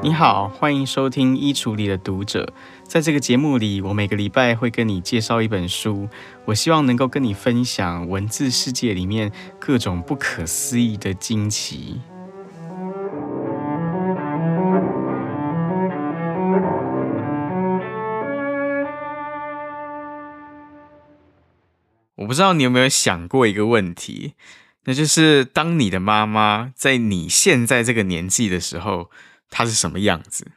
你好，欢迎收听衣橱里的读者。在这个节目里，我每个礼拜会跟你介绍一本书，我希望能够跟你分享文字世界里面各种不可思议的惊奇。我不知道你有没有想过一个问题，那就是当你的妈妈在你现在这个年纪的时候，她是什么样子？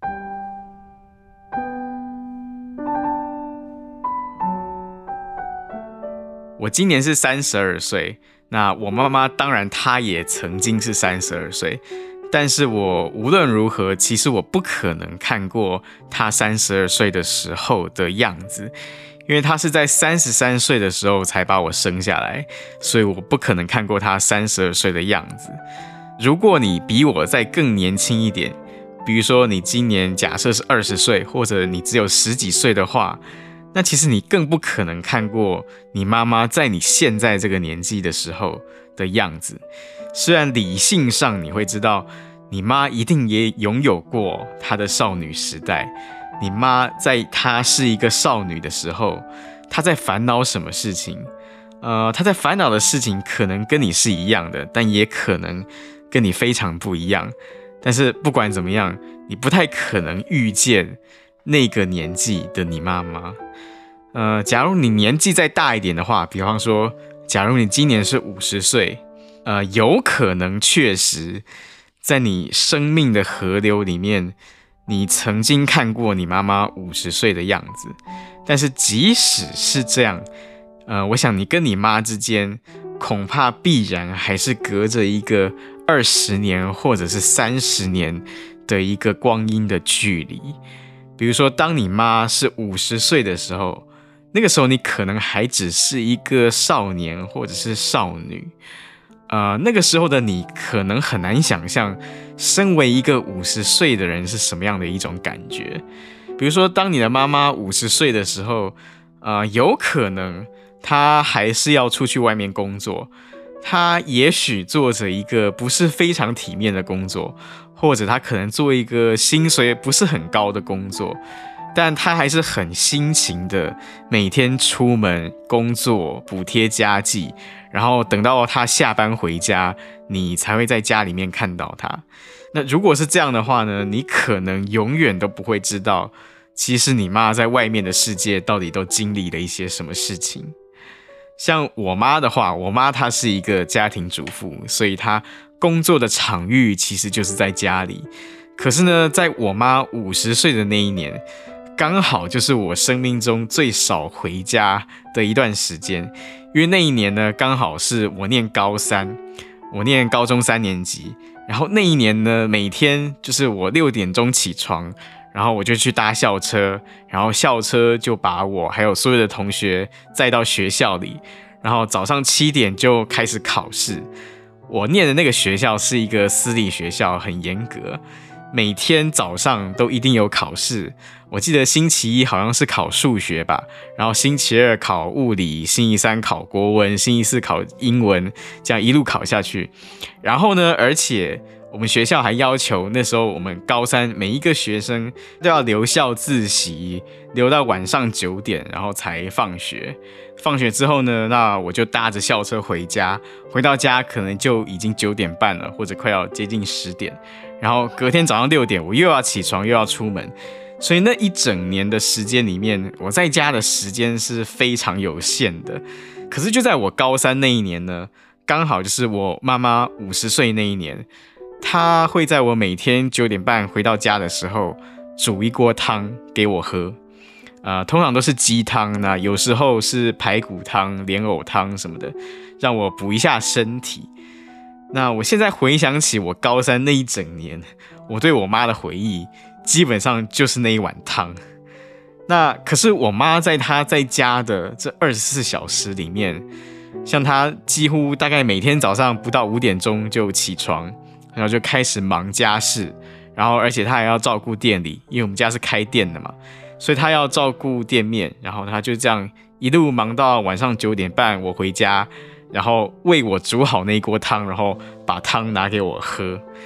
我今年是32岁，那我妈妈当然她也曾经是32岁，但是我无论如何，其实我不可能看过她32岁的时候的样子，因为她是在33岁的时候才把我生下来，所以我不可能看过她32岁的样子。如果你比我再更年轻一点，比如说你今年假设是20岁，或者你只有10几岁的话，那其实你更不可能看过你妈妈在你现在这个年纪的时候的样子。虽然理性上你会知道，你妈一定也拥有过她的少女时代，你妈在她是一个少女的时候，她在烦恼什么事情？她在烦恼的事情可能跟你是一样的，但也可能跟你非常不一样。但是不管怎么样，你不太可能遇见那个年纪的你妈妈。假如你年纪再大一点的话，比方说，假如你今年是50岁，有可能确实在你生命的河流里面，你曾经看过你妈妈50岁的样子。但是即使是这样，我想你跟你妈之间恐怕必然还是隔着一个20年或者是30年的一个光阴的距离。比如说，当你妈是50岁的时候，那个时候你可能还只是一个少年或者是少女。那个时候的你可能很难想象，身为一个50岁的人是什么样的一种感觉。比如说，当你的妈妈50岁的时候，有可能她还是要出去外面工作，她也许做着一个不是非常体面的工作，或者她可能做一个薪水不是很高的工作，但她还是很辛勤的每天出门工作补贴家计，然后等到她下班回家，你才会在家里面看到她。那如果是这样的话呢，你可能永远都不会知道，其实你妈在外面的世界到底都经历了一些什么事情。像我妈的话，我妈她是一个家庭主妇，所以她工作的场域其实就是在家里。可是呢，在我妈50岁的那一年，刚好就是我生命中最少回家的一段时间，因为那一年呢，刚好是我念高3，我念高中3年级，然后那一年呢，每天就是我6点钟起床，然后我就去搭校车，然后校车就把我还有所有的同学载到学校里，然后早上7点就开始考试。我念的那个学校是一个私立学校，很严格，每天早上都一定有考试。我记得星期一好像是考数学吧，然后星期2考物理，星期3考国文，星期4考英文，这样一路考下去。然后呢，而且我们学校还要求，那时候我们高3每一个学生都要留校自习，留到晚上9点，然后才放学。放学之后呢，那我就搭着校车回家，回到家可能就已经9点半了，或者快要接近10点。然后隔天早上6点，我又要起床，又要出门。所以那一整年的时间里面，我在家的时间是非常有限的。可是就在我高3那一年呢，刚好就是我妈妈50岁那一年，她会在我每天9点半回到家的时候，煮一锅汤给我喝。通常都是鸡汤，那有时候是排骨汤、莲藕汤什么的，让我补一下身体。那我现在回想起我高3那一整年，我对我妈的回忆基本上就是那一碗汤。那可是我妈在她在家的这24小时里面，像她几乎大概每天早上不到5点钟就起床，然后就开始忙家事，然后而且她还要照顾店里，因为我们家是开店的嘛，所以她要照顾店面，然后她就这样一路忙到晚上9点半我回家，然后为我煮好那一锅汤，然后把汤拿给我喝。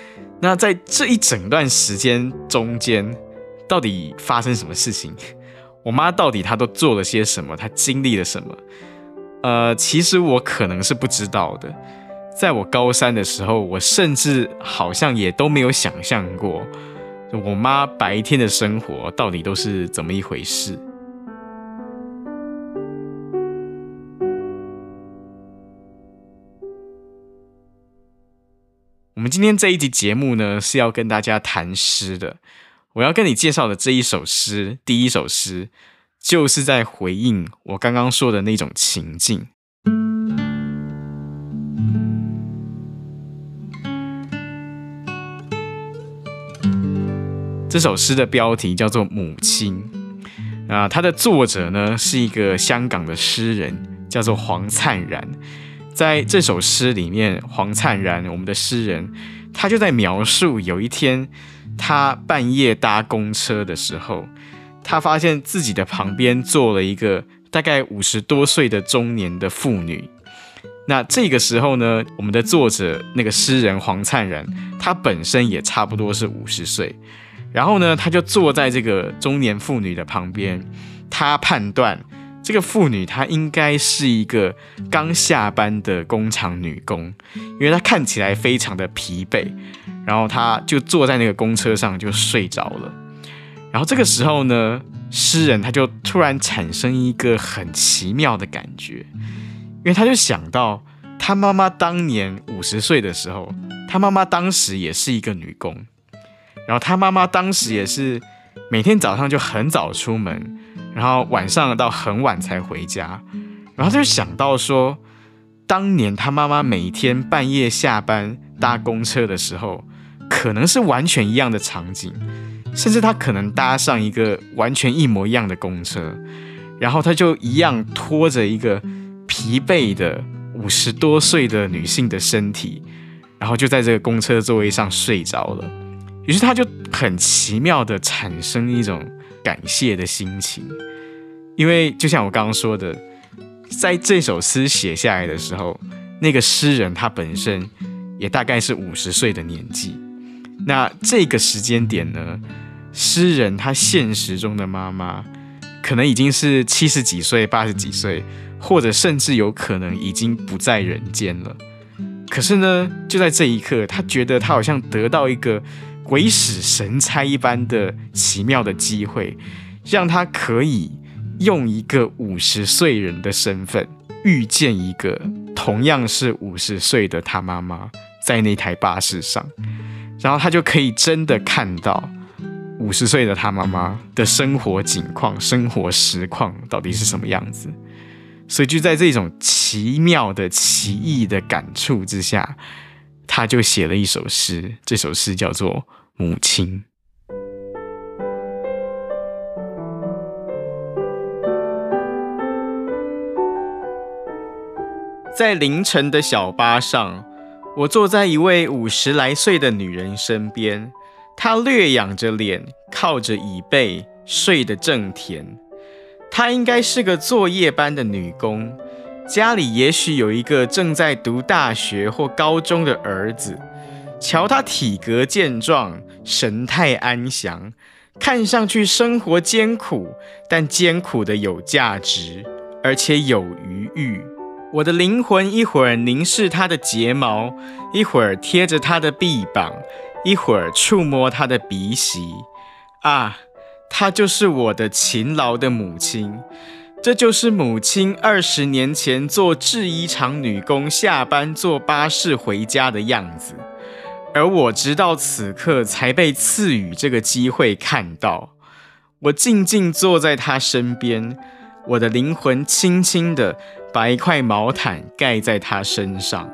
那在这一整段时间中间，到底发生什么事情？我妈到底她都做了些什么？她经历了什么？其实我可能是不知道的。在我高3的时候，我甚至好像也都没有想象过，我妈白天的生活到底都是怎么一回事。我们今天这一集节目呢，是要跟大家谈诗的。我要跟你介绍的这一首诗，第一首诗，就是在回应我刚刚说的那种情境。这首诗的标题叫做《母亲》，它的作者呢是一个香港的诗人，叫做黄灿然。在这首诗里面，黄灿然，我们的诗人，他就在描述有一天他半夜搭公车的时候，他发现自己的旁边坐了一个大概50多岁的中年的妇女。那这个时候呢，我们的作者那个诗人黄灿然，他本身也差不多是50岁。然后呢，他就坐在这个中年妇女的旁边，他判断这个妇女她应该是一个刚下班的工厂女工，因为她看起来非常的疲惫，然后她就坐在那个公车上就睡着了。然后这个时候呢，诗人他就突然产生一个很奇妙的感觉，因为他就想到他妈妈当年50岁的时候，他妈妈当时也是一个女工，然后他妈妈当时也是每天早上就很早出门，然后晚上到很晚才回家。然后他就想到说，当年他妈妈每天半夜下班搭公车的时候，可能是完全一样的场景，甚至他可能搭上一个完全一模一样的公车，然后他就一样拖着一个疲惫的50多岁的女性的身体，然后就在这个公车座位上睡着了。于是他就很奇妙的产生一种感谢的心情，因为就像我刚刚说的，在这首诗写下来的时候，那个诗人他本身也大概是50岁的年纪。那这个时间点呢，诗人他现实中的妈妈可能已经是70几岁、80几岁，或者甚至有可能已经不在人间了。可是呢，就在这一刻，他觉得他好像得到一个鬼使神差一般的奇妙的机会，让他可以用一个50岁人的身份遇见一个同样是50岁的他妈妈在那台巴士上，然后他就可以真的看到50岁的他妈妈的生活景况、生活实况到底是什么样子。所以就在这种奇妙的奇异的感触之下，他就写了一首诗，这首诗叫做《母亲》。在凌晨的小巴上，我坐在一位50来岁的女人身边，她略仰着脸，靠着椅背，睡得正甜。她应该是个作业班的女工，家里也许有一个正在读大学或高中的儿子。瞧她体格健壮，神态安详，看上去生活艰苦，但艰苦的有价值，而且有余裕。我的灵魂一会儿凝视她的睫毛，一会儿贴着她的臂膀，一会儿触摸她的鼻息。啊，她就是我的勤劳的母亲，这就是母亲20年前做制衣厂女工下班坐巴士回家的样子。而我直到此刻才被赐予这个机会看到。我静静坐在她身边，我的灵魂轻轻地把一块毛毯盖在她身上。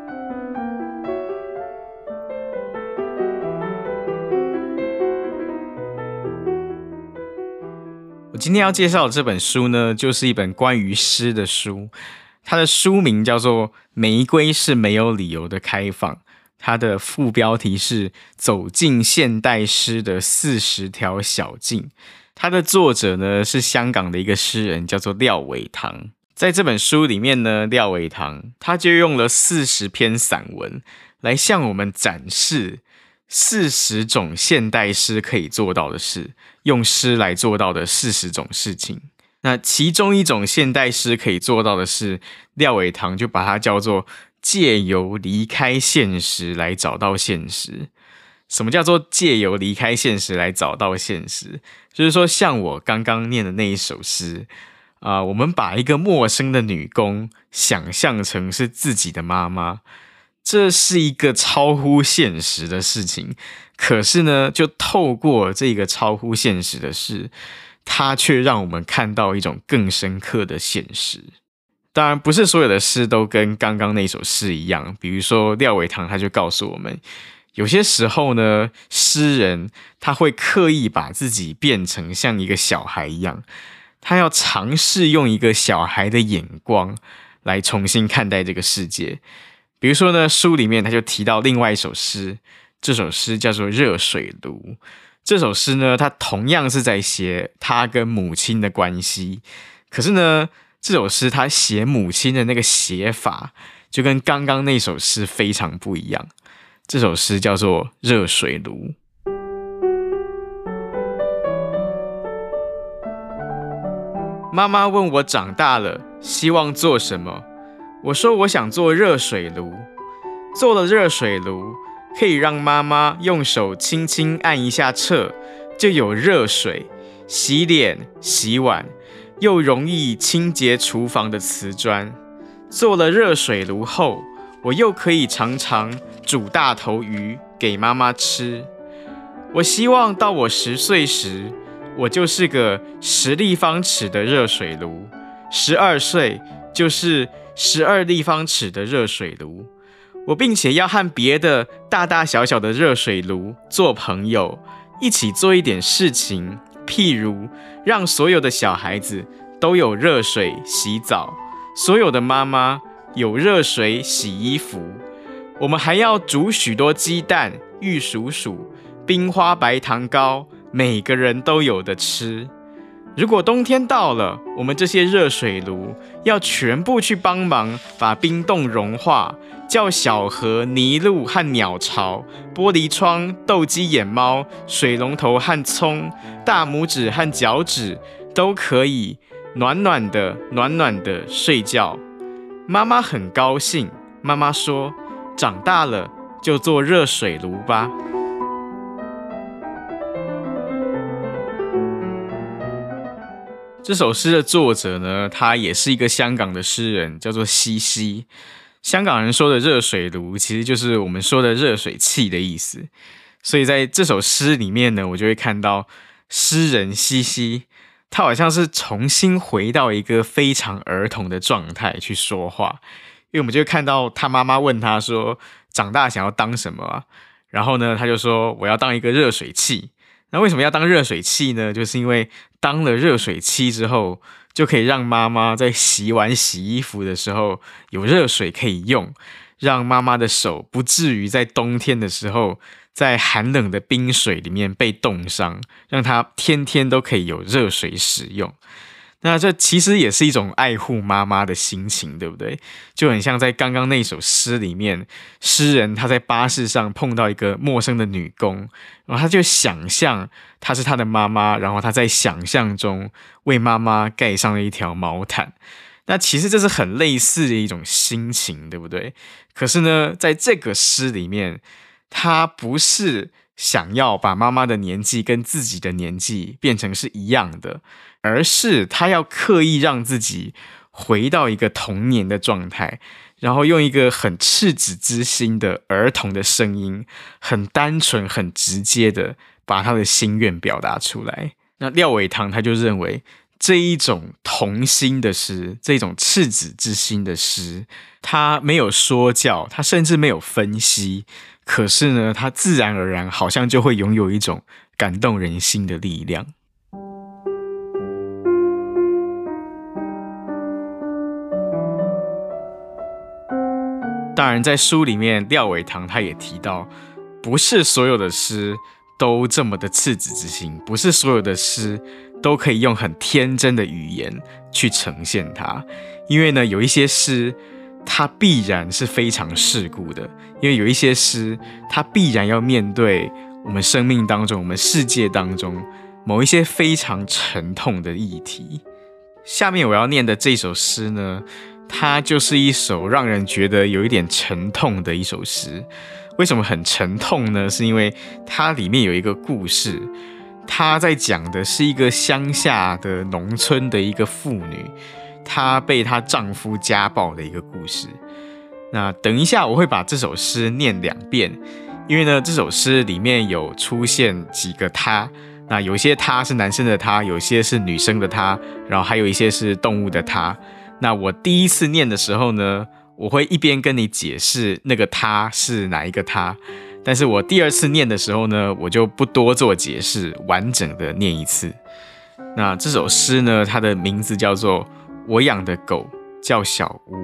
我今天要介绍的这本书呢，就是一本关于诗的书，它的书名叫做《玫瑰是没有理由的开放》。它的副标题是走进现代诗的40条小径。它的作者呢是香港的一个诗人，叫做廖伟棠。在这本书里面呢，廖伟棠他就用了40篇散文来向我们展示 40种现代诗可以做到的事，用诗来做到的40种事情。那其中一种现代诗可以做到的是，廖伟棠就把它叫做借由离开现实来找到现实。什么叫做借由离开现实来找到现实？就是说，像我刚刚念的那一首诗，我们把一个陌生的女工想象成是自己的妈妈，这是一个超乎现实的事情。可是呢，就透过这个超乎现实的事，它却让我们看到一种更深刻的现实。当然，不是所有的诗都跟刚刚那首诗一样。比如说，廖伟棠他就告诉我们，有些时候呢，诗人他会刻意把自己变成像一个小孩一样，他要尝试用一个小孩的眼光来重新看待这个世界。比如说呢，书里面他就提到另外一首诗，这首诗叫做《热水炉》。这首诗呢，他同样是在写他跟母亲的关系，可是呢，这首诗他写母亲的那个写法，就跟刚刚那首诗非常不一样。这首诗叫做《热水炉》。妈妈问我长大了希望做什么，我说我想做热水炉。做了热水炉，可以让妈妈用手轻轻按一下掣，就有热水，洗脸、洗碗，又容易清洁厨房的瓷砖。做了热水炉后，我又可以常常煮大头鱼给妈妈吃。我希望到我10岁时，我就是个10立方尺的热水炉，12岁就是12立方尺的热水炉。我并且要和别的大大小小的热水炉做朋友，一起做一点事情，譬如让所有的小孩子都有热水洗澡，所有的妈妈有热水洗衣服。我们还要煮许多鸡蛋、玉蜀黍、冰花白糖糕，每个人都有的吃。如果冬天到了，我们这些热水炉要全部去帮忙把冰冻融化，叫小河、泥路和鸟巢、玻璃窗、斗鸡眼猫、水龙头和葱、大拇指和脚趾都可以暖暖的、暖暖的睡觉。妈妈很高兴，妈妈说：“长大了就做热水炉吧。”这首诗的作者呢，他也是一个香港的诗人，叫做西西。香港人说的热水炉，其实就是我们说的热水器的意思。所以在这首诗里面呢，我就会看到诗人西西，他好像是重新回到一个非常儿童的状态去说话。因为我们就会看到他妈妈问他说，长大想要当什么啊？然后呢，他就说我要当一个热水器。那为什么要当热水器呢？就是因为当了热水器之后，就可以让妈妈在洗碗洗衣服的时候有热水可以用，让妈妈的手不至于在冬天的时候在寒冷的冰水里面被冻伤，让她天天都可以有热水使用。那这其实也是一种爱护妈妈的心情，对不对？就很像在刚刚那首诗里面，诗人他在巴士上碰到一个陌生的女工，然后他就想象她是他的妈妈，然后他在想象中为妈妈盖上了一条毛毯。那其实这是很类似的一种心情，对不对？可是呢，在这个诗里面，他不是想要把妈妈的年纪跟自己的年纪变成是一样的，而是他要刻意让自己回到一个童年的状态，然后用一个很赤子之心的儿童的声音，很单纯很直接的把他的心愿表达出来。那廖伟棠他就认为这一种童心的诗，这种赤子之心的诗，他没有说教，他甚至没有分析，可是呢，他自然而然好像就会拥有一种感动人心的力量。当然在书里面廖伟棠他也提到，不是所有的诗都这么的赤子之心，不是所有的诗都可以用很天真的语言去呈现它。因为呢，有一些诗它必然是非常世故的，因为有一些诗，它必然要面对我们生命当中、我们世界当中某一些非常沉痛的议题。下面我要念的这首诗呢，它就是一首让人觉得有一点沉痛的一首诗。为什么很沉痛呢？是因为它里面有一个故事，它在讲的是一个乡下的农村的一个妇女，她被她丈夫家暴的一个故事。那等一下我会把这首诗念2遍，因为呢这首诗里面有出现几个她，那有些她是男生的她，有些是女生的她，然后还有一些是动物的她。那我第一次念的时候呢，我会一边跟你解释那个她是哪一个她，但是我第2次念的时候呢，我就不多做解释，完整的念一次。那这首诗呢，它的名字叫做《我养的狗叫小屋》。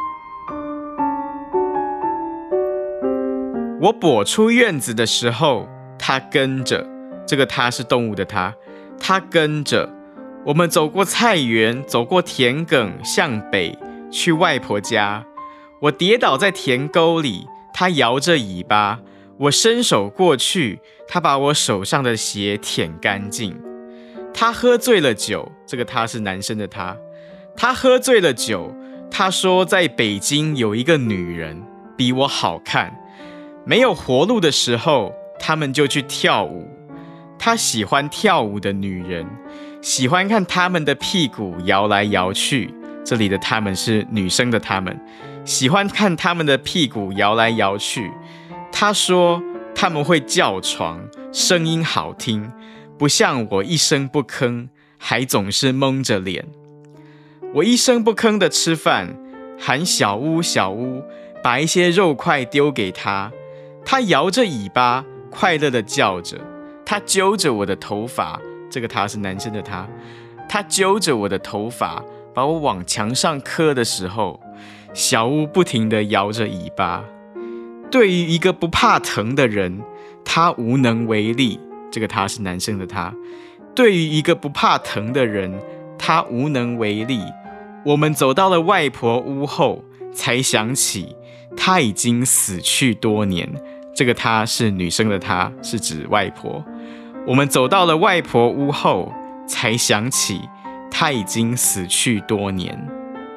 我跛出院子的时候，它跟着，这个它是动物的它，它跟着我们走过菜园，走过田埂，向北去外婆家。我跌倒在田沟里，它摇着尾巴，我伸手过去，它把我手上的血舔干净。他喝醉了酒，这个他是男生的他，他喝醉了酒，他说在北京有一个女人比我好看，没有活路的时候，他们就去跳舞。他喜欢跳舞的女人，喜欢看他们的屁股摇来摇去，这里的他们是女生的他们，喜欢看他们的屁股摇来摇去。他说他们会叫床，声音好听，不像我一声不吭，还总是蒙着脸。我一声不吭的吃饭，喊小屋小屋，把一些肉块丢给他，他摇着尾巴，快乐的叫着。他揪着我的头发，这个他是男生的他，他揪着我的头发，把我往墙上磕的时候，小屋不停地摇着尾巴。对于一个不怕疼的人，他无能为力，这个他是男生的他，对于一个不怕疼的人，他无能为力。我们走到了外婆屋后，才想起他已经死去多年，这个他是女生的他，是指外婆。我们走到了外婆屋后，才想起他已经死去多年。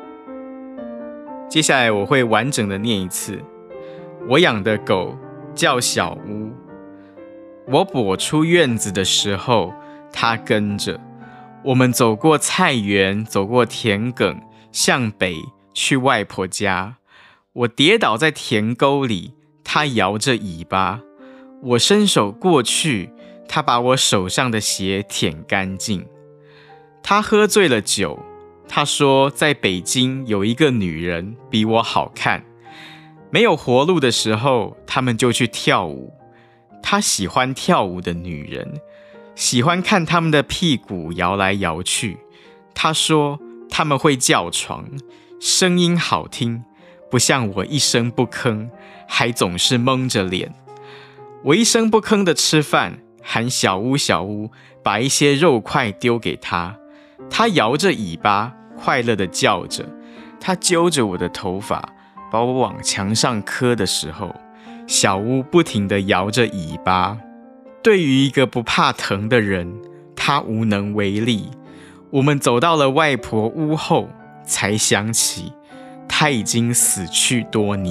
接下来我会完整的念一次。我养的狗叫小屋，我跛出院子的时候，它跟着。我们走过菜园，走过田埂，向北去外婆家。我跌倒在田沟里，它摇着尾巴。我伸手过去，它把我手上的血舔干净。他喝醉了酒，他说在北京有一个女人比我好看，没有活路的时候，他们就去跳舞。他喜欢跳舞的女人，喜欢看他们的屁股摇来摇去。他说他们会叫床，声音好听，不像我一声不吭，还总是蒙着脸。我一声不吭的吃饭，喊小屋小屋，把一些肉块丢给他。他摇着尾巴，快乐地叫着。他揪着我的头发，把我往墙上磕的时候，小屋不停地摇着尾巴。对于一个不怕疼的人，他无能为力。我们走到了外婆屋后，才想起他已经死去多年。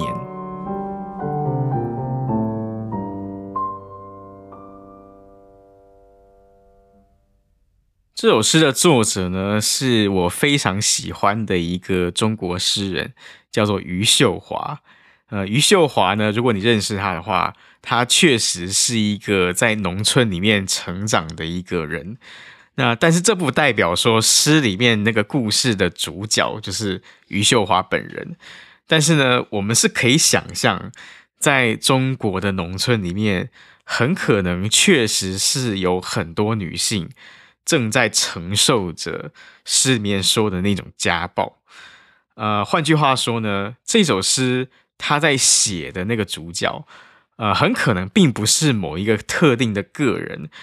这首诗的作者呢，是我非常喜欢的一个中国诗人，叫做余秀华。余秀华呢，如果你认识他的话，他确实是一个在农村里面成长的一个人。但是这不代表说诗里面那个故事的主角就是余秀华本人。但是呢，我们是可以想象，在中国的农村里面，很可能确实是有很多女性正在承受着诗里面说的那种家暴。换句话说呢，这首诗他在写的那个主角，很可能并不是某一个特定的个人，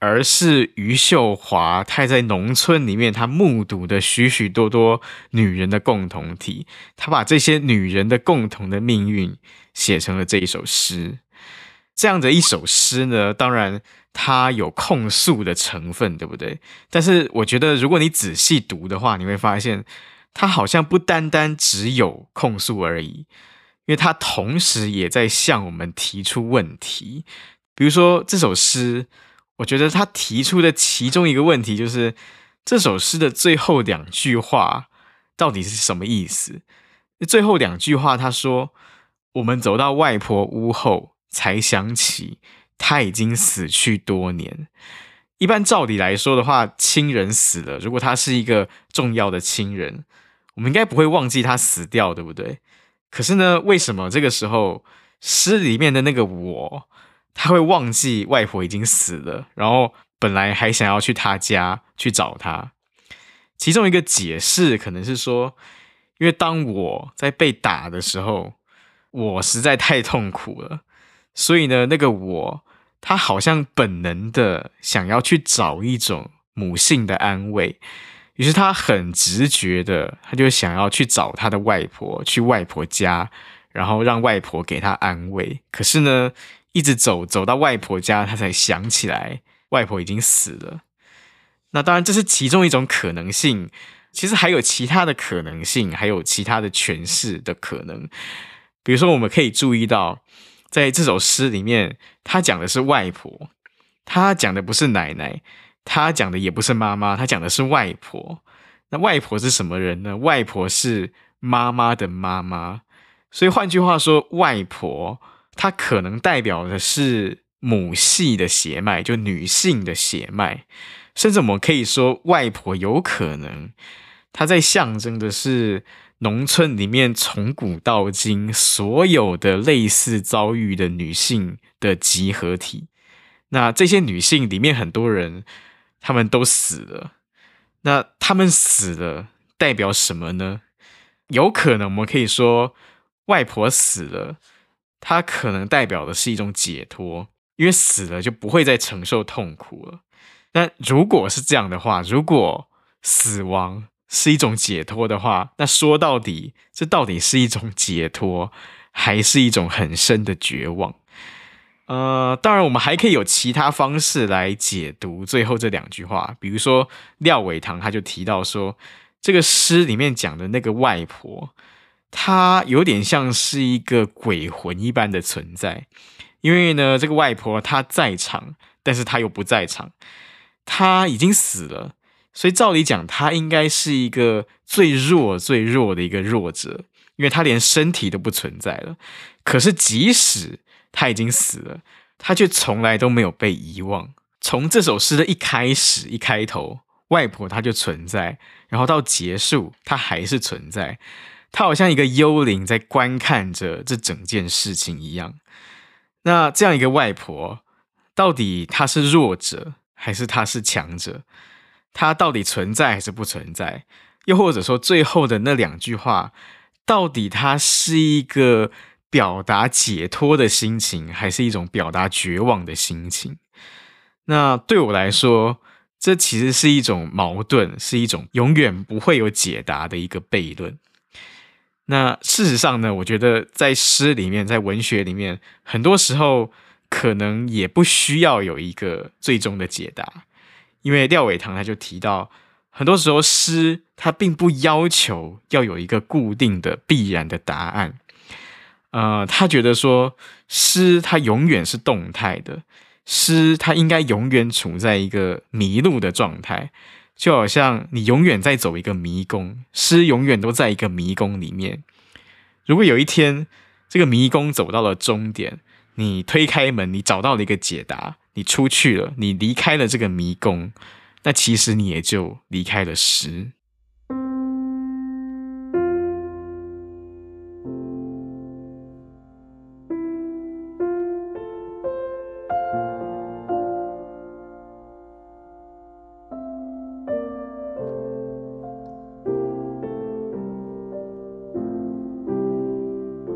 而是余秀华他在农村里面他目睹的许许多多女人的共同体，他把这些女人的共同的命运写成了这一首诗。这样的一首诗呢，当然它有控诉的成分，对不对？但是我觉得如果你仔细读的话，你会发现它好像不单单只有控诉而已，因为它同时也在向我们提出问题。比如说这首诗，我觉得他提出的其中一个问题就是这首诗的最后2句话到底是什么意思？最后2句话他说，我们走到外婆屋后才想起她已经死去多年。一般照理来说的话，亲人死了，如果他是一个重要的亲人，我们应该不会忘记他死掉，对不对？可是呢，为什么这个时候诗里面的那个我，他会忘记外婆已经死了，然后本来还想要去他家去找他？其中一个解释可能是说，因为当我在被打的时候，我实在太痛苦了，所以呢，那个我他好像本能的想要去找一种母性的安慰，于是他很直觉的，他就想要去找他的外婆，去外婆家，然后让外婆给他安慰。可是呢，一直走到外婆家，他才想起来外婆已经死了。那当然这是其中一种可能性，其实还有其他的可能性，还有其他的诠释的可能。比如说我们可以注意到，在这首诗里面，他讲的是外婆，他讲的不是奶奶，他讲的也不是妈妈，他讲的是外婆。那外婆是什么人呢？外婆是妈妈的妈妈。所以换句话说，外婆她可能代表的是母系的血脉，就女性的血脉。甚至我们可以说，外婆有可能她在象征的是农村里面从古到今所有的类似遭遇的女性的集合体。那这些女性里面很多人她们都死了，那她们死了代表什么呢？有可能我们可以说，外婆死了，她可能代表的是一种解脱，因为死了就不会再承受痛苦了。那如果是这样的话，如果死亡是一种解脱的话，那说到底，这到底是一种解脱，还是一种很深的绝望？当然我们还可以有其他方式来解读最后这2句话。比如说廖伟棠他就提到说，这个诗里面讲的那个外婆，她有点像是一个鬼魂一般的存在。因为呢，这个外婆她在场，但是她又不在场，她已经死了，所以照理讲她应该是一个最弱的一个弱者，因为她连身体都不存在了。可是即使她已经死了，她却从来都没有被遗忘。从这首诗的一开始一开头，外婆她就存在，然后到结束她还是存在，她好像一个幽灵在观看着这整件事情一样。那这样一个外婆，到底她是弱者还是她是强者？她到底存在还是不存在？又或者说最后的那2句话，到底它是一个表达解脱的心情，还是一种表达绝望的心情？那对我来说，这其实是一种矛盾，是一种永远不会有解答的一个悖论。那事实上呢，我觉得在诗里面，在文学里面，很多时候可能也不需要有一个最终的解答。因为廖伟棠他就提到，很多时候诗它并不要求要有一个固定的必然的答案。他觉得说诗它永远是动态的，诗它应该永远处在一个迷路的状态，就好像你永远在走一个迷宫，诗永远都在一个迷宫里面。如果有一天这个迷宫走到了终点，你推开门，你找到了一个解答，你出去了，你离开了这个迷宫，那其实你也就离开了诗。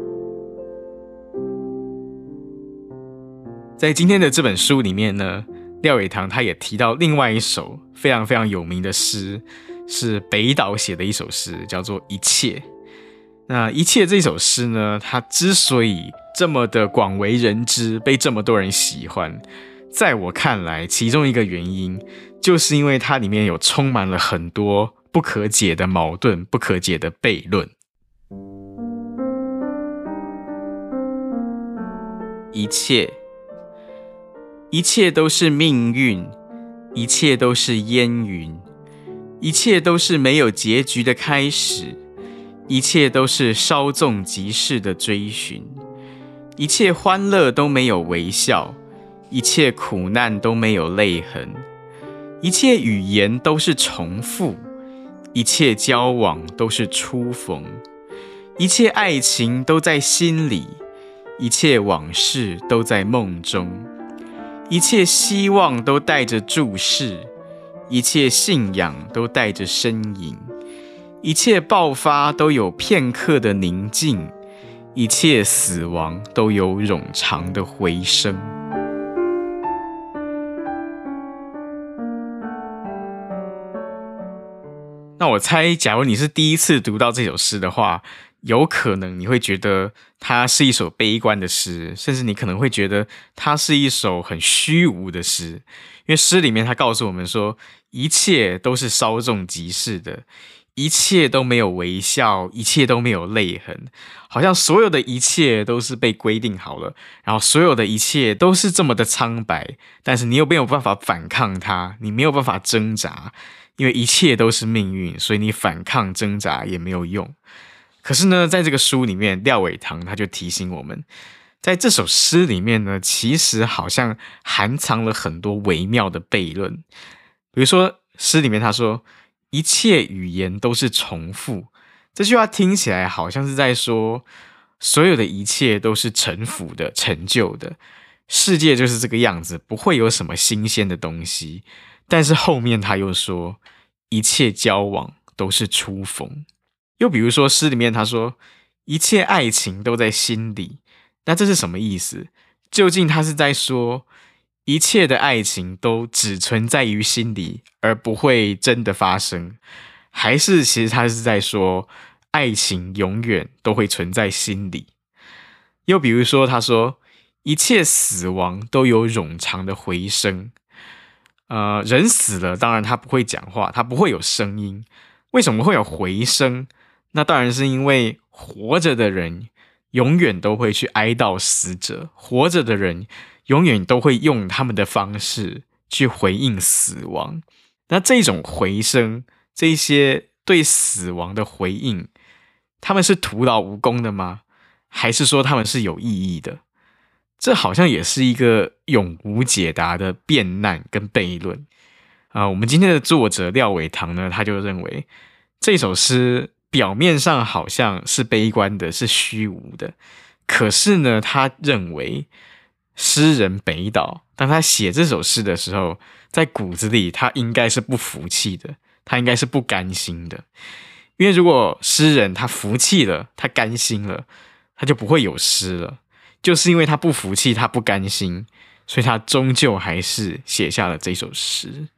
在今天的这本书里面呢， 廖伟堂他也提到另外一首非常非常有名的诗，是北岛写的一首诗，叫做《一切》。那《一切》这首诗呢，它之所以这么的广为人知，被这么多人喜欢，在我看来，其中一个原因就是因为它里面有充满了很多不可解的矛盾、不可解的悖论。一切，一切都是命运，一切都是烟云，一切都是没有结局的开始，一切都是稍纵即逝的追寻，一切欢乐都没有微笑，一切苦难都没有泪痕，一切语言都是重复，一切交往都是初逢，一切爱情都在心里，一切往事都在梦中，一切希望都带着注视，一切信仰都带着呻吟，一切爆发都有片刻的宁静，一切死亡都有冗长的回声。那我猜，假如你是第一次读到这首诗的话，有可能你会觉得它是一首悲观的诗，甚至你可能会觉得它是一首很虚无的诗，因为诗里面它告诉我们说，一切都是稍纵即逝的，一切都没有微笑，一切都没有泪痕，好像所有的一切都是被规定好了，然后所有的一切都是这么的苍白，但是你又没有办法反抗它，你没有办法挣扎，因为一切都是命运，所以你反抗挣扎也没有用。可是呢，在这个书里面，廖伟堂他就提醒我们，在这首诗里面呢，其实好像含藏了很多微妙的悖论。比如说，诗里面他说，一切语言都是重复，这句话听起来好像是在说，所有的一切都是陈腐的、陈旧的，世界就是这个样子，不会有什么新鲜的东西。但是后面他又说，一切交往都是初逢。又比如说诗里面他说，一切爱情都在心里，那这是什么意思？究竟他是在说，一切的爱情都只存在于心里，而不会真的发生？还是其实他是在说，爱情永远都会存在心里？又比如说他说，一切死亡都有冗长的回声。人死了，当然他不会讲话，他不会有声音。为什么会有回声？那当然是因为活着的人永远都会去哀悼死者，活着的人永远都会用他们的方式去回应死亡。那这种回声，这些对死亡的回应，他们是徒劳无功的吗？还是说他们是有意义的？这好像也是一个永无解答的辩难跟悖论。我们今天的作者廖伟堂呢，他就认为这首诗表面上好像是悲观的，是虚无的，可是呢，他认为诗人北岛当他写这首诗的时候，在骨子里他应该是不服气的，他应该是不甘心的。因为如果诗人他服气了，他甘心了，他就不会有诗了。就是因为他不服气，他不甘心，所以他终究还是写下了这首诗。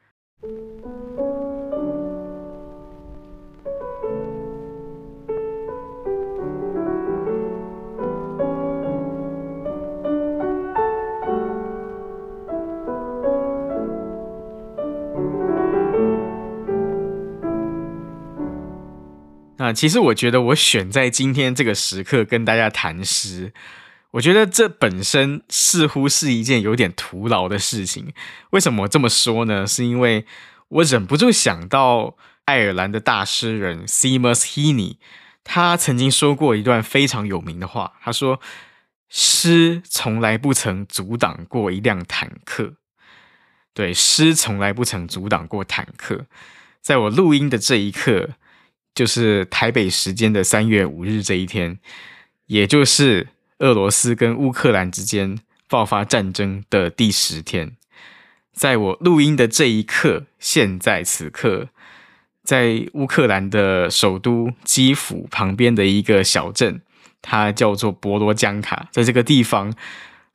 那其实我觉得我选在今天这个时刻跟大家谈诗，我觉得这本身似乎是一件有点徒劳的事情。为什么我这么说呢？是因为我忍不住想到爱尔兰的大诗人 Seamus Heaney， 他曾经说过一段非常有名的话，他说，诗从来不曾阻挡过一辆坦克。对，诗从来不曾阻挡过坦克。在我录音的这一刻，就是台北时间的3月5日这一天，也就是俄罗斯跟乌克兰之间爆发战争的第10天。在我录音的这一刻，现在此刻，在乌克兰的首都基辅旁边的一个小镇，它叫做博罗江卡。在这个地方，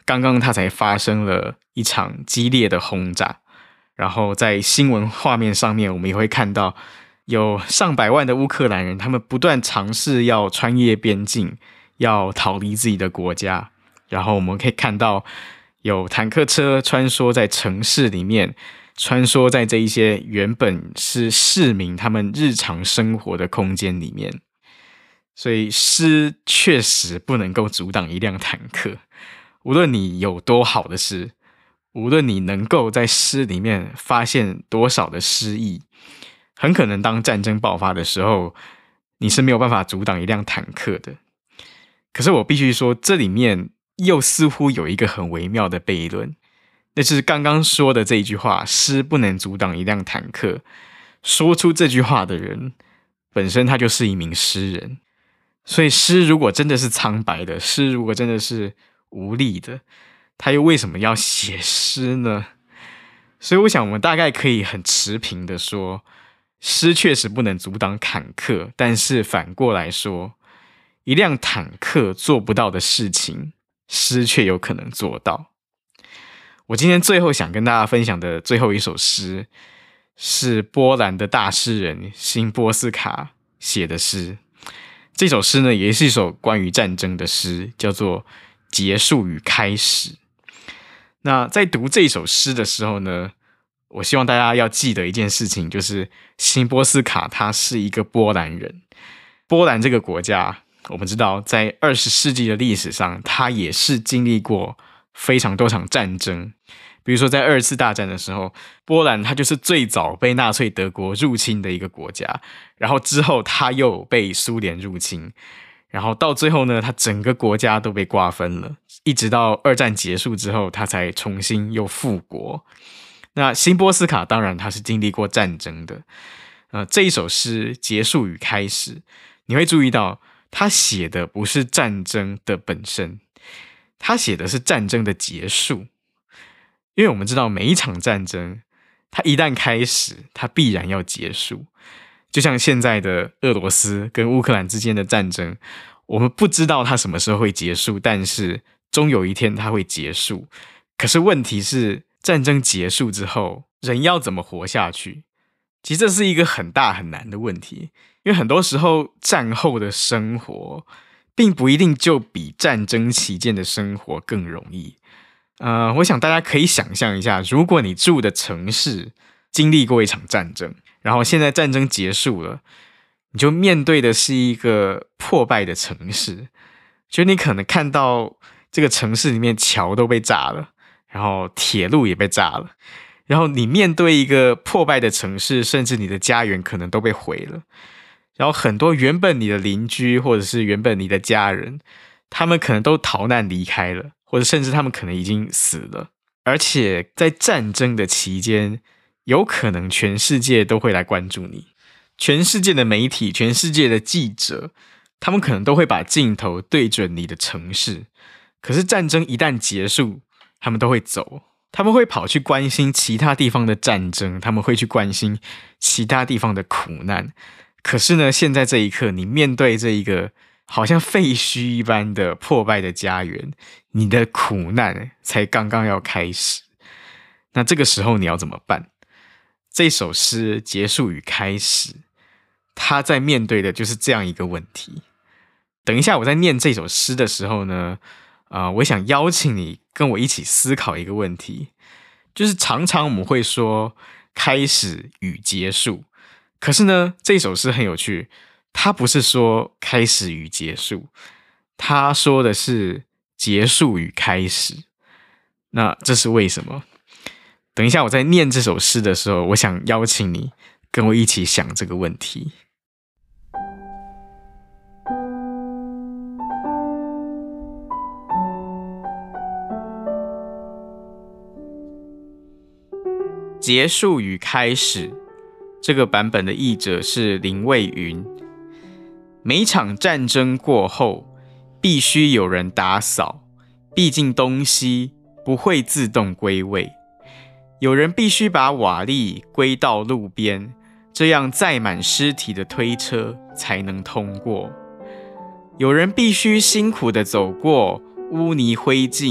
刚刚它才发生了一场激烈的轰炸，然后在新闻画面上面，我们也会看到有上百万的乌克兰人，他们不断尝试要穿越边境，要逃离自己的国家。然后我们可以看到有坦克车穿梭在城市里面，穿梭在这一些原本是市民他们日常生活的空间里面。所以诗确实不能够阻挡一辆坦克，无论你有多好的诗，无论你能够在诗里面发现多少的诗意，很可能当战争爆发的时候，你是没有办法阻挡一辆坦克的。可是我必须说，这里面又似乎有一个很微妙的悖论，那就是刚刚说的这一句话，诗不能阻挡一辆坦克，说出这句话的人本身他就是一名诗人。所以诗如果真的是苍白的，诗如果真的是无力的，他又为什么要写诗呢？所以我想我们大概可以很持平的说，诗确实不能阻挡坦克，但是反过来说，一辆坦克做不到的事情，诗却有可能做到。我今天最后想跟大家分享的最后一首诗，是波兰的大诗人辛波斯卡写的诗。这首诗呢，也是一首关于战争的诗，叫做《结束与开始》。那在读这首诗的时候呢，我希望大家要记得一件事情，就是辛波斯卡他是一个波兰人。波兰这个国家，我们知道在20世纪的历史上，它也是经历过非常多场战争。比如说在2次大战的时候，波兰它就是最早被纳粹德国入侵的一个国家，然后之后它又被苏联入侵，然后到最后呢，它整个国家都被瓜分了，一直到2战结束之后，它才重新又复国。那辛波斯卡当然他是经历过战争的，这一首诗《结束与开始》，你会注意到他写的不是战争的本身，他写的是战争的结束。因为我们知道每一场战争，它一旦开始，它必然要结束。就像现在的俄罗斯跟乌克兰之间的战争，我们不知道它什么时候会结束，但是终有一天它会结束。可是问题是，战争结束之后，人要怎么活下去？其实这是一个很大很难的问题，因为很多时候战后的生活，并不一定就比战争期间的生活更容易。我想大家可以想象一下，如果你住的城市经历过一场战争，然后现在战争结束了，你就面对的是一个破败的城市，就你可能看到这个城市里面桥都被炸了，然后铁路也被炸了，然后你面对一个破败的城市，甚至你的家园可能都被毁了，然后很多原本你的邻居或者是原本你的家人，他们可能都逃难离开了，或者甚至他们可能已经死了。而且在战争的期间，有可能全世界都会来关注你，全世界的媒体，全世界的记者，他们可能都会把镜头对准你的城市。可是战争一旦结束，他们都会走，他们会跑去关心其他地方的战争，他们会去关心其他地方的苦难。可是呢，现在这一刻，你面对这一个好像废墟一般的破败的家园，你的苦难才刚刚要开始。那这个时候你要怎么办？这首诗《结束与开始》，他在面对的就是这样一个问题。等一下我在念这首诗的时候呢，我想邀请你跟我一起思考一个问题，就是常常我们会说开始与结束，可是呢，这首诗很有趣，它不是说开始与结束，它说的是结束与开始。那这是为什么？等一下我在念这首诗的时候，我想邀请你跟我一起想这个问题。结束与开始，这个版本的译者是林蔚云。每场战争过后，必须有人打扫，毕竟东西不会自动归位。有人必须把瓦砾归到路边，这样载满尸体的推车才能通过。有人必须辛苦地走过污泥灰烬，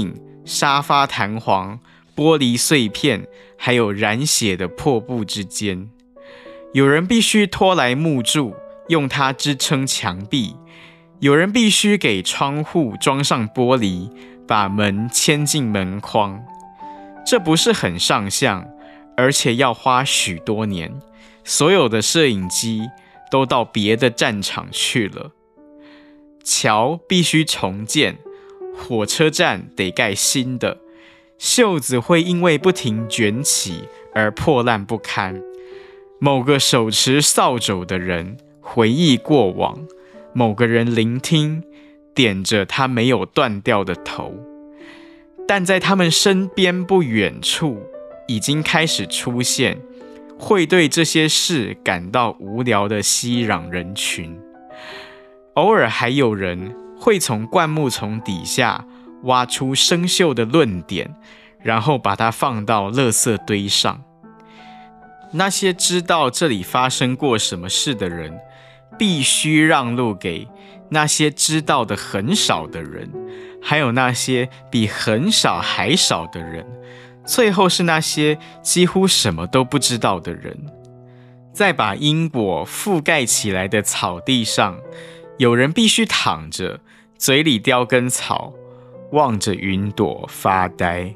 沙发弹簧、玻璃碎片，还有染血的破布之间。有人必须拖来木柱，用它支撑墙壁；有人必须给窗户装上玻璃，把门嵌进门框。这不是很上相，而且要花许多年。所有的摄影机都到别的战场去了。桥必须重建，火车站得盖新的，袖子会因为不停卷起而破烂不堪。某个手持扫帚的人回忆过往，某个人聆听，点着他没有断掉的头。但在他们身边不远处，已经开始出现会对这些事感到无聊的熙攘人群。偶尔还有人会从灌木丛底下挖出生锈的论点，然后把它放到垃圾堆上。那些知道这里发生过什么事的人，必须让路给那些知道的很少的人，还有那些比很少还少的人，最后是那些几乎什么都不知道的人。在把因果覆盖起来的草地上，有人必须躺着，嘴里叼根草，望着云朵发呆。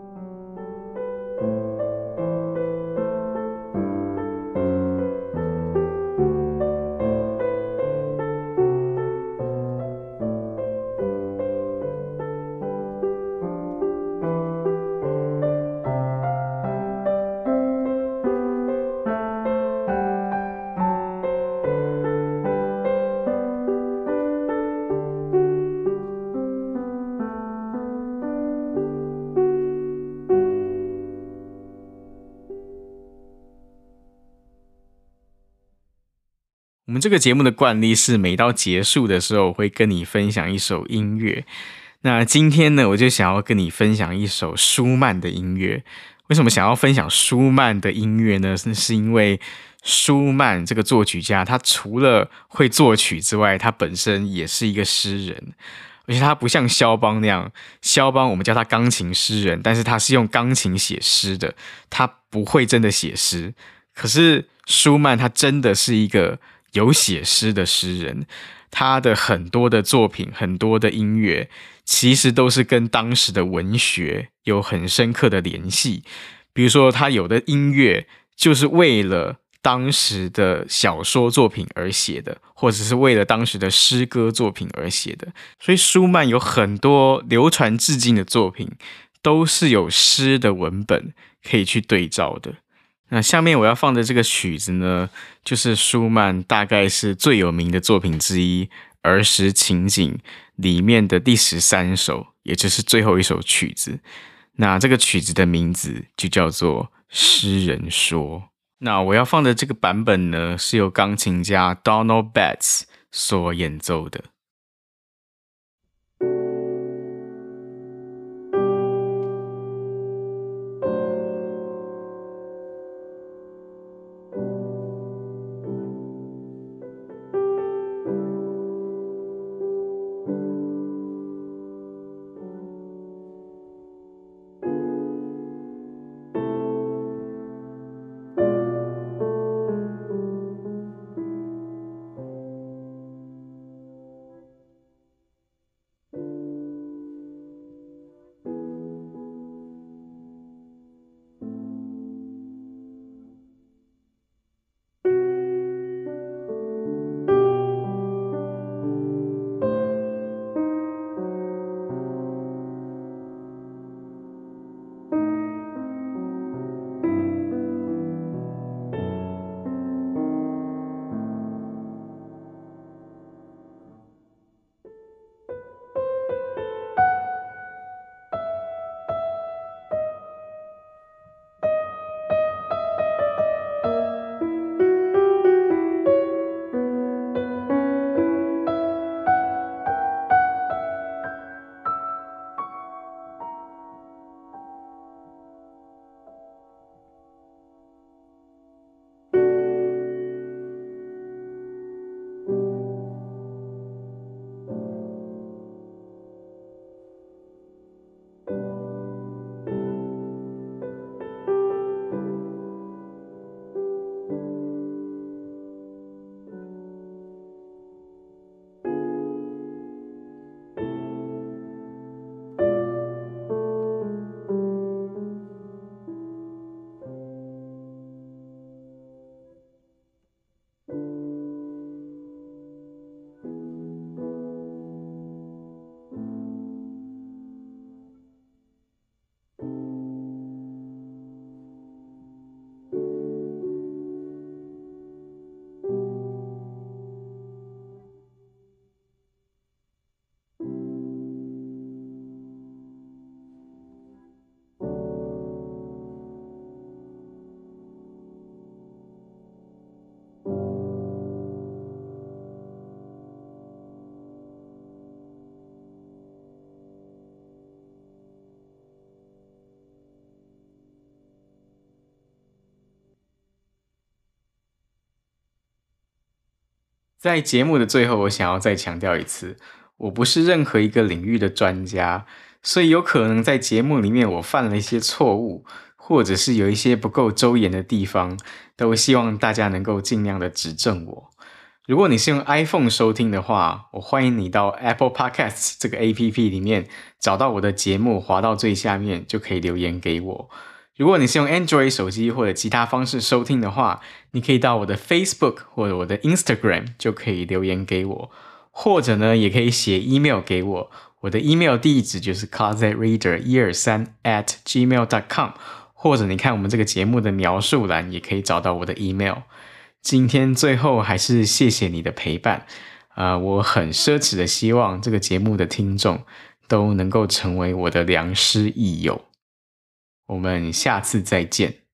我们这个节目的惯例是每到结束的时候，我会跟你分享一首音乐。那今天呢，我就想要跟你分享一首舒曼的音乐。为什么想要分享舒曼的音乐呢？是因为舒曼这个作曲家，他除了会作曲之外，他本身也是一个诗人。而且他不像肖邦那样，肖邦我们叫他钢琴诗人，但是他是用钢琴写诗的，他不会真的写诗。可是舒曼他真的是一个有写诗的诗人，他的很多的作品，很多的音乐，其实都是跟当时的文学有很深刻的联系。比如说，他有的音乐就是为了当时的小说作品而写的，或者是为了当时的诗歌作品而写的。所以舒曼有很多流传至今的作品，都是有诗的文本可以去对照的。那下面我要放的这个曲子呢，就是舒曼大概是最有名的作品之一《儿时情景》里面的第13首，也就是最后一首曲子。那这个曲子的名字就叫做《诗人说》。那我要放的这个版本呢，是由钢琴家 Donald Betts 所演奏的。 在节目的最后，我想要再强调一次，我不是任何一个领域的专家，所以有可能在节目里面我犯了一些错误，或者是有一些不够周延的地方，都希望大家能够尽量的指正我。如果你是用 iPhone 收听的话，我欢迎你到 Apple Podcasts 这个 APP 里面找到我的节目，滑到最下面就可以留言给我。如果你是用 Android 手机或者其他方式收听的话，你可以到我的 Facebook 或者我的 Instagram 就可以留言给我，或者呢也可以写 email 给我，我的 email 地址就是 closetreader123@gmail.com， 或者你看我们这个节目的描述栏也可以找到我的 email。今天最后还是谢谢你的陪伴，我很奢侈的希望这个节目的听众都能够成为我的良师益友。我们下次再见。